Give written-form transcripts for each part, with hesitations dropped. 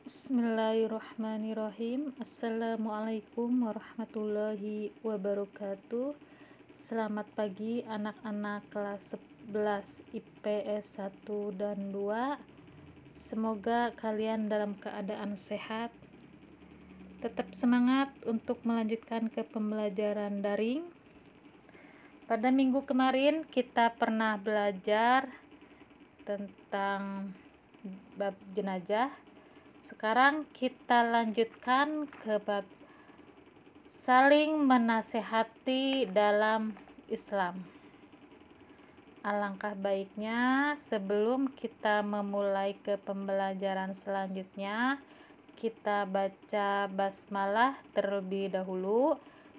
Bismillahirrahmanirrahim. Assalamualaikum warahmatullahi wabarakatuh. Selamat pagi anak-anak kelas 11 IPS 1 dan 2. Semoga kalian dalam keadaan sehat. Tetap semangat untuk melanjutkan ke pembelajaran daring. Pada minggu kemarin kita pernah belajar tentang bab jenazah. Sekarang kita lanjutkan ke bab saling menasehati dalam Islam. Alangkah baiknya sebelum kita memulai ke pembelajaran selanjutnya, kita baca basmalah terlebih dahulu.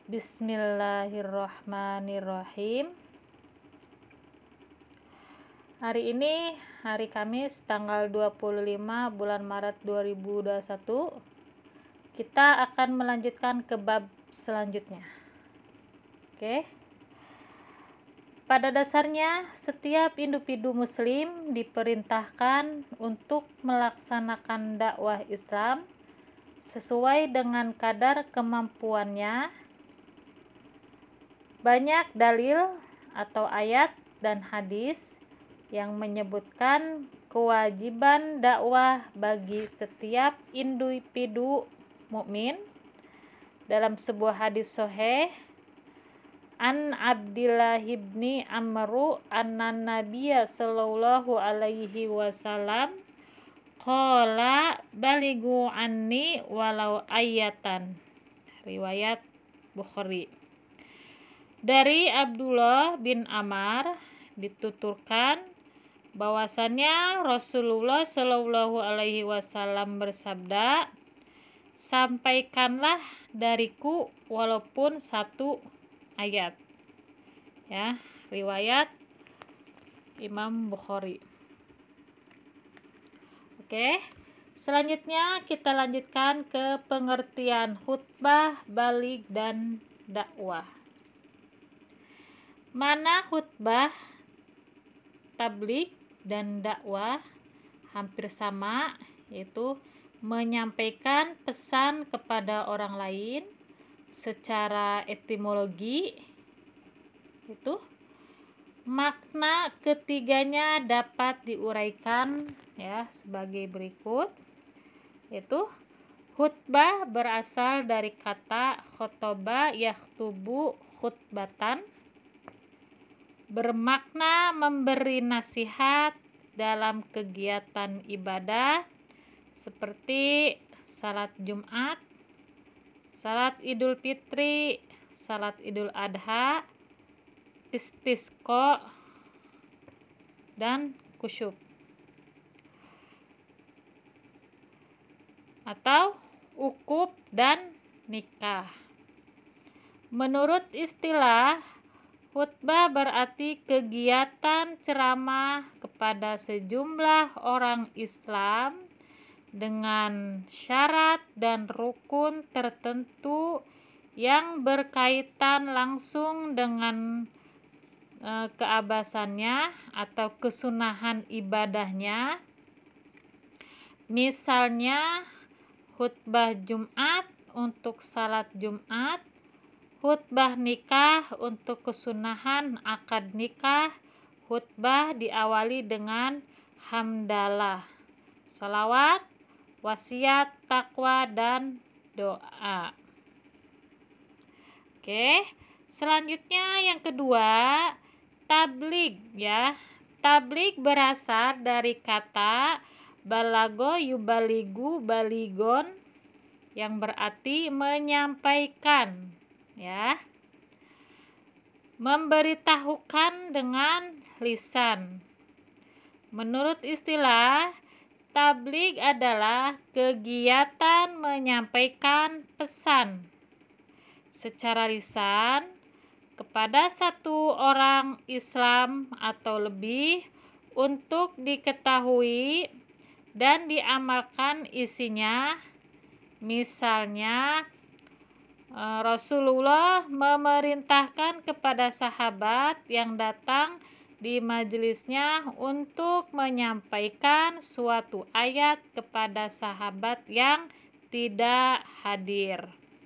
Bismillahirrahmanirrahim. Hari ini hari Kamis tanggal 25 bulan Maret 2021. Kita akan melanjutkan ke bab selanjutnya. Oke. Pada dasarnya setiap individu muslim diperintahkan untuk melaksanakan dakwah Islam sesuai dengan kadar kemampuannya. Banyak dalil atau ayat dan hadis yang menyebutkan kewajiban dakwah bagi setiap individu mukmin. Dalam sebuah hadis sahih, An Abdillah ibni Amru annan Nabiyya sallallahu alaihi wasallam qala baligu anni walau ayatan. Riwayat Bukhari. Dari Abdullah bin Amr dituturkan bahwasannya Rasulullah Shallallahu Alaihi Wasallam bersabda, sampaikanlah dariku walaupun satu ayat. Ya, riwayat Imam Bukhari. Oke, selanjutnya kita lanjutkan ke pengertian khutbah, baligh dan dakwah. Mana khutbah, tabligh dan dakwah hampir sama, yaitu menyampaikan pesan kepada orang lain. Secara etimologi itu makna ketiganya dapat diuraikan ya sebagai berikut, yaitu khutbah berasal dari kata khotoba yakhtubu khutbatan, bermakna memberi nasihat dalam kegiatan ibadah seperti salat Jumat, salat Idul Fitri, salat Idul Adha, istisqa, dan kusyuk. Atau ukub dan nikah. Menurut istilah, khutbah berarti kegiatan ceramah kepada sejumlah orang Islam dengan syarat dan rukun tertentu yang berkaitan langsung dengan keabsahannya atau kesunahan ibadahnya. Misalnya khutbah Jumat untuk salat Jumat, khutbah nikah untuk kesunahan akad nikah. Khutbah diawali dengan hamdalah, salawat, wasiat, takwa, dan doa. Oke, selanjutnya yang kedua, tabligh ya. Tabligh berasal dari kata balago yubaligu baligon yang berarti menyampaikan ya. Memberitahukan dengan lisan. Menurut istilah, tabligh adalah kegiatan menyampaikan pesan secara lisan kepada satu orang Islam atau lebih untuk diketahui dan diamalkan isinya. Misalnya, Rasulullah memerintahkan kepada sahabat yang datang di majelisnya untuk menyampaikan suatu ayat kepada sahabat yang tidak hadir.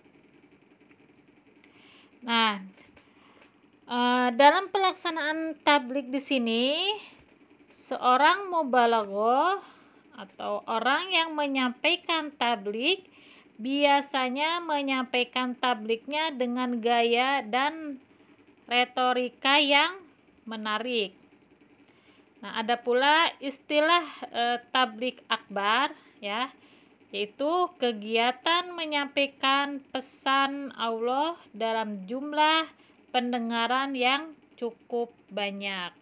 Nah, dalam pelaksanaan tabligh di sini, seorang mubalaghoh atau orang yang menyampaikan tabligh biasanya menyampaikan tablighnya dengan gaya dan retorika yang menarik. Nah, ada pula istilah tabligh akbar, ya, yaitu kegiatan menyampaikan pesan Allah dalam jumlah pendengaran yang cukup banyak.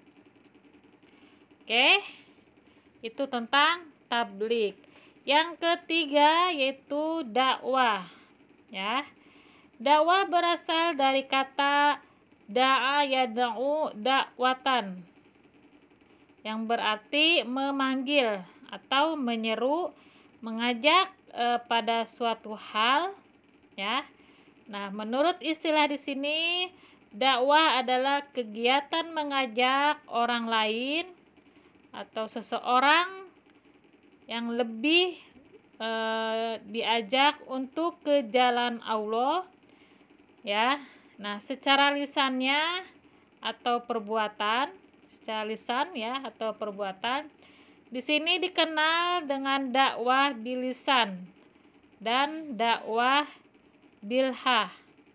Oke, itu tentang tabligh. Yang ketiga yaitu dakwah, ya. Dakwah berasal dari kata da'a yad'u dakwatan, yang berarti memanggil atau menyeru, mengajak pada suatu hal, ya. Nah, menurut istilah di sini, dakwah adalah kegiatan mengajak orang lain atau seseorang yang lebih diajak untuk ke jalan Allah, ya. Nah, secara lisannya atau perbuatan, secara lisan ya atau perbuatan, di sini dikenal dengan dakwah bilisan dan dakwah bilhah.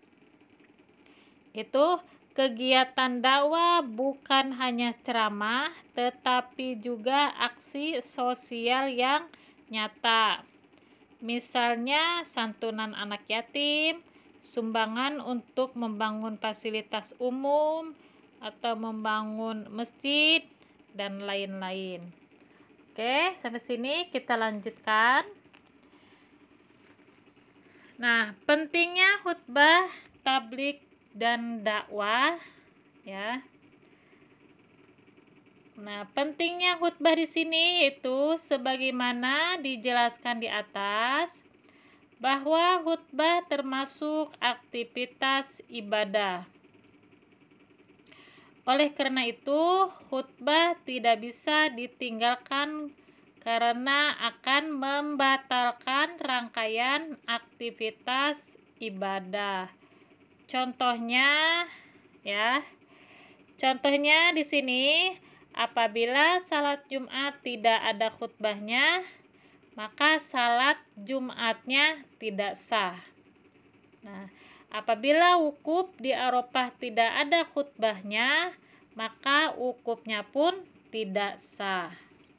Itu kegiatan dakwah bukan hanya ceramah, tetapi juga aksi sosial yang nyata. Misalnya santunan anak yatim, sumbangan untuk membangun fasilitas umum atau membangun masjid dan lain-lain. Oke, sampai sini kita lanjutkan. Nah, pentingnya khutbah, tabligh dan dakwah, ya. Nah, pentingnya khutbah di sini itu sebagaimana dijelaskan di atas, bahwa khutbah termasuk aktivitas ibadah. Oleh karena itu, khutbah tidak bisa ditinggalkan karena akan membatalkan rangkaian aktivitas ibadah. Contohnya, ya. Contohnya di sini, apabila salat Jumat tidak ada khutbahnya, maka salat Jumatnya tidak sah. Nah, apabila wukuf di Arafah tidak ada khutbahnya, maka wukufnya pun tidak sah.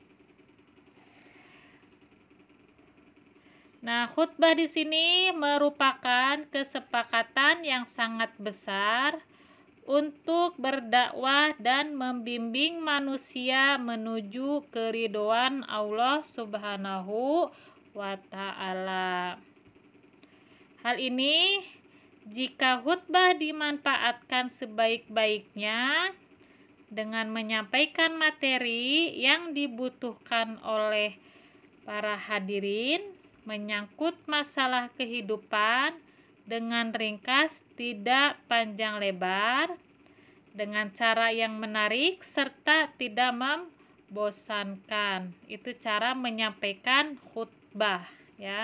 Nah, khutbah di sini merupakan kesepakatan yang sangat besar untuk berdakwah dan membimbing manusia menuju keridhaan Allah Subhanahu wa ta'ala. Hal ini jika khutbah dimanfaatkan sebaik-baiknya dengan menyampaikan materi yang dibutuhkan oleh para hadirin, menyangkut masalah kehidupan dengan ringkas, tidak panjang lebar, dengan cara yang menarik serta tidak membosankan. Itu cara menyampaikan khutbah, ya.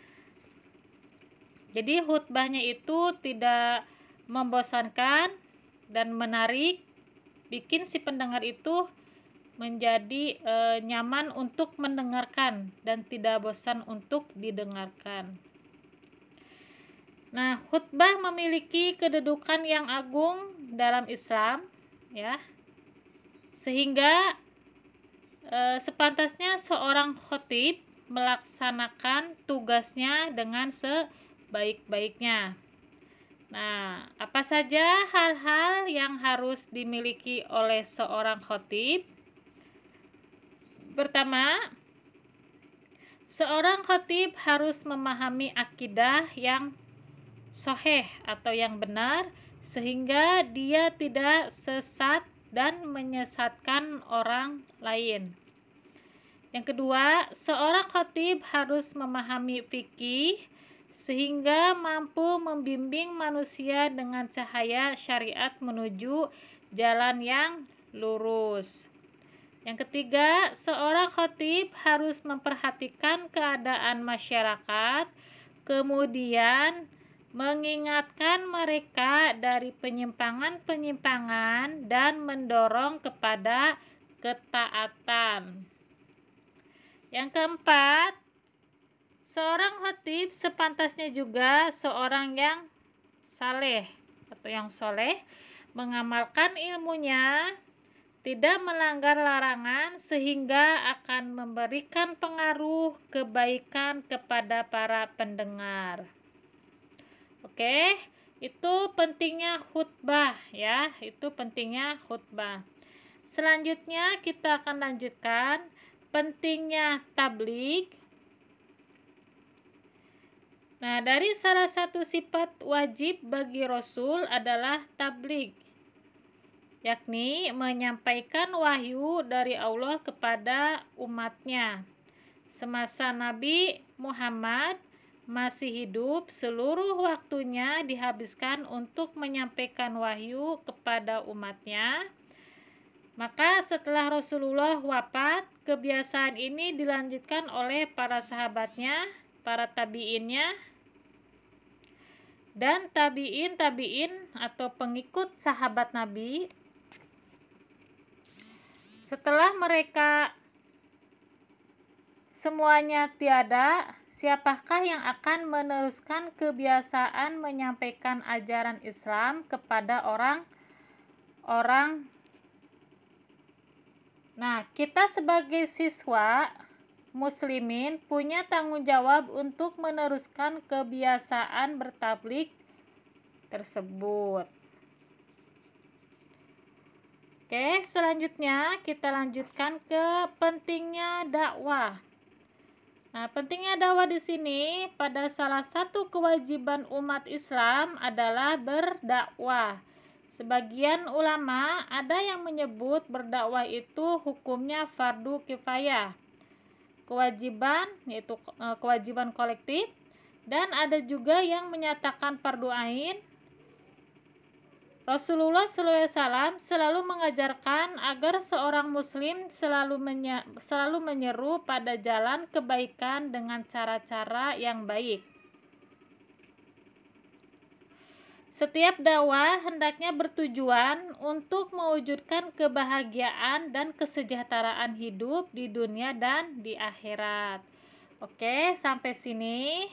Jadi khutbahnya itu tidak membosankan dan menarik, bikin si pendengar itu menjadi nyaman untuk mendengarkan dan tidak bosan untuk didengarkan. Nah, khutbah memiliki kedudukan yang agung dalam Islam, ya. Sehingga sepantasnya seorang khatib melaksanakan tugasnya dengan sebaik-baiknya. Nah, apa saja hal-hal yang harus dimiliki oleh seorang khatib? Pertama, seorang khatib harus memahami akidah yang sahih atau yang benar sehingga dia tidak sesat dan menyesatkan orang lain. Yang kedua, seorang khatib harus memahami fikih sehingga mampu membimbing manusia dengan cahaya syariat menuju jalan yang lurus. Yang ketiga, seorang khatib harus memperhatikan keadaan masyarakat, kemudian mengingatkan mereka dari penyimpangan-penyimpangan dan mendorong kepada ketaatan. Yang keempat, seorang khatib sepantasnya juga seorang yang saleh atau yang soleh, mengamalkan ilmunya, tidak melanggar larangan sehingga akan memberikan pengaruh kebaikan kepada para pendengar. Oke, itu pentingnya khutbah ya, itu pentingnya khutbah. Selanjutnya kita akan lanjutkan pentingnya tabligh. Nah, dari salah satu sifat wajib bagi Rasul adalah tabligh, yakni menyampaikan wahyu dari Allah kepada umatnya. Semasa Nabi Muhammad masih hidup, seluruh waktunya dihabiskan untuk menyampaikan wahyu kepada umatnya. Maka setelah Rasulullah wafat, kebiasaan ini dilanjutkan oleh para sahabatnya, para tabi'innya, dan tabi'in atau pengikut sahabat Nabi. Setelah mereka semuanya tiada, siapakah yang akan meneruskan kebiasaan menyampaikan ajaran Islam kepada orang-orang? Nah, kita sebagai siswa muslimin punya tanggung jawab untuk meneruskan kebiasaan bertabligh tersebut. Oke, selanjutnya kita lanjutkan ke pentingnya dakwah. Nah, pentingnya dakwah di sini pada salah satu kewajiban umat Islam adalah berdakwah. Sebagian ulama ada yang menyebut berdakwah itu hukumnya fardu kifayah, kewajiban yaitu kewajiban kolektif, dan ada juga yang menyatakan fardu ain. Rasulullah SAW selalu mengajarkan agar seorang muslim selalu menyeru pada jalan kebaikan dengan cara-cara yang baik. Setiap dakwah hendaknya bertujuan untuk mewujudkan kebahagiaan dan kesejahteraan hidup di dunia dan di akhirat. Oke, sampai sini.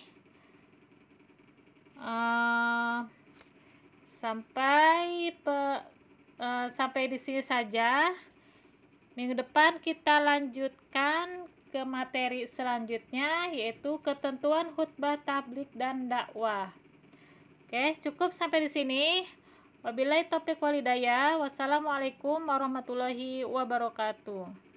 Sampai di sini saja. Minggu depan kita lanjutkan ke materi selanjutnya, yaitu ketentuan khutbah tabligh dan dakwah. Oke, cukup sampai di sini. Wabillahi taufiq wal hidayah. Wassalamualaikum warahmatullahi wabarakatuh.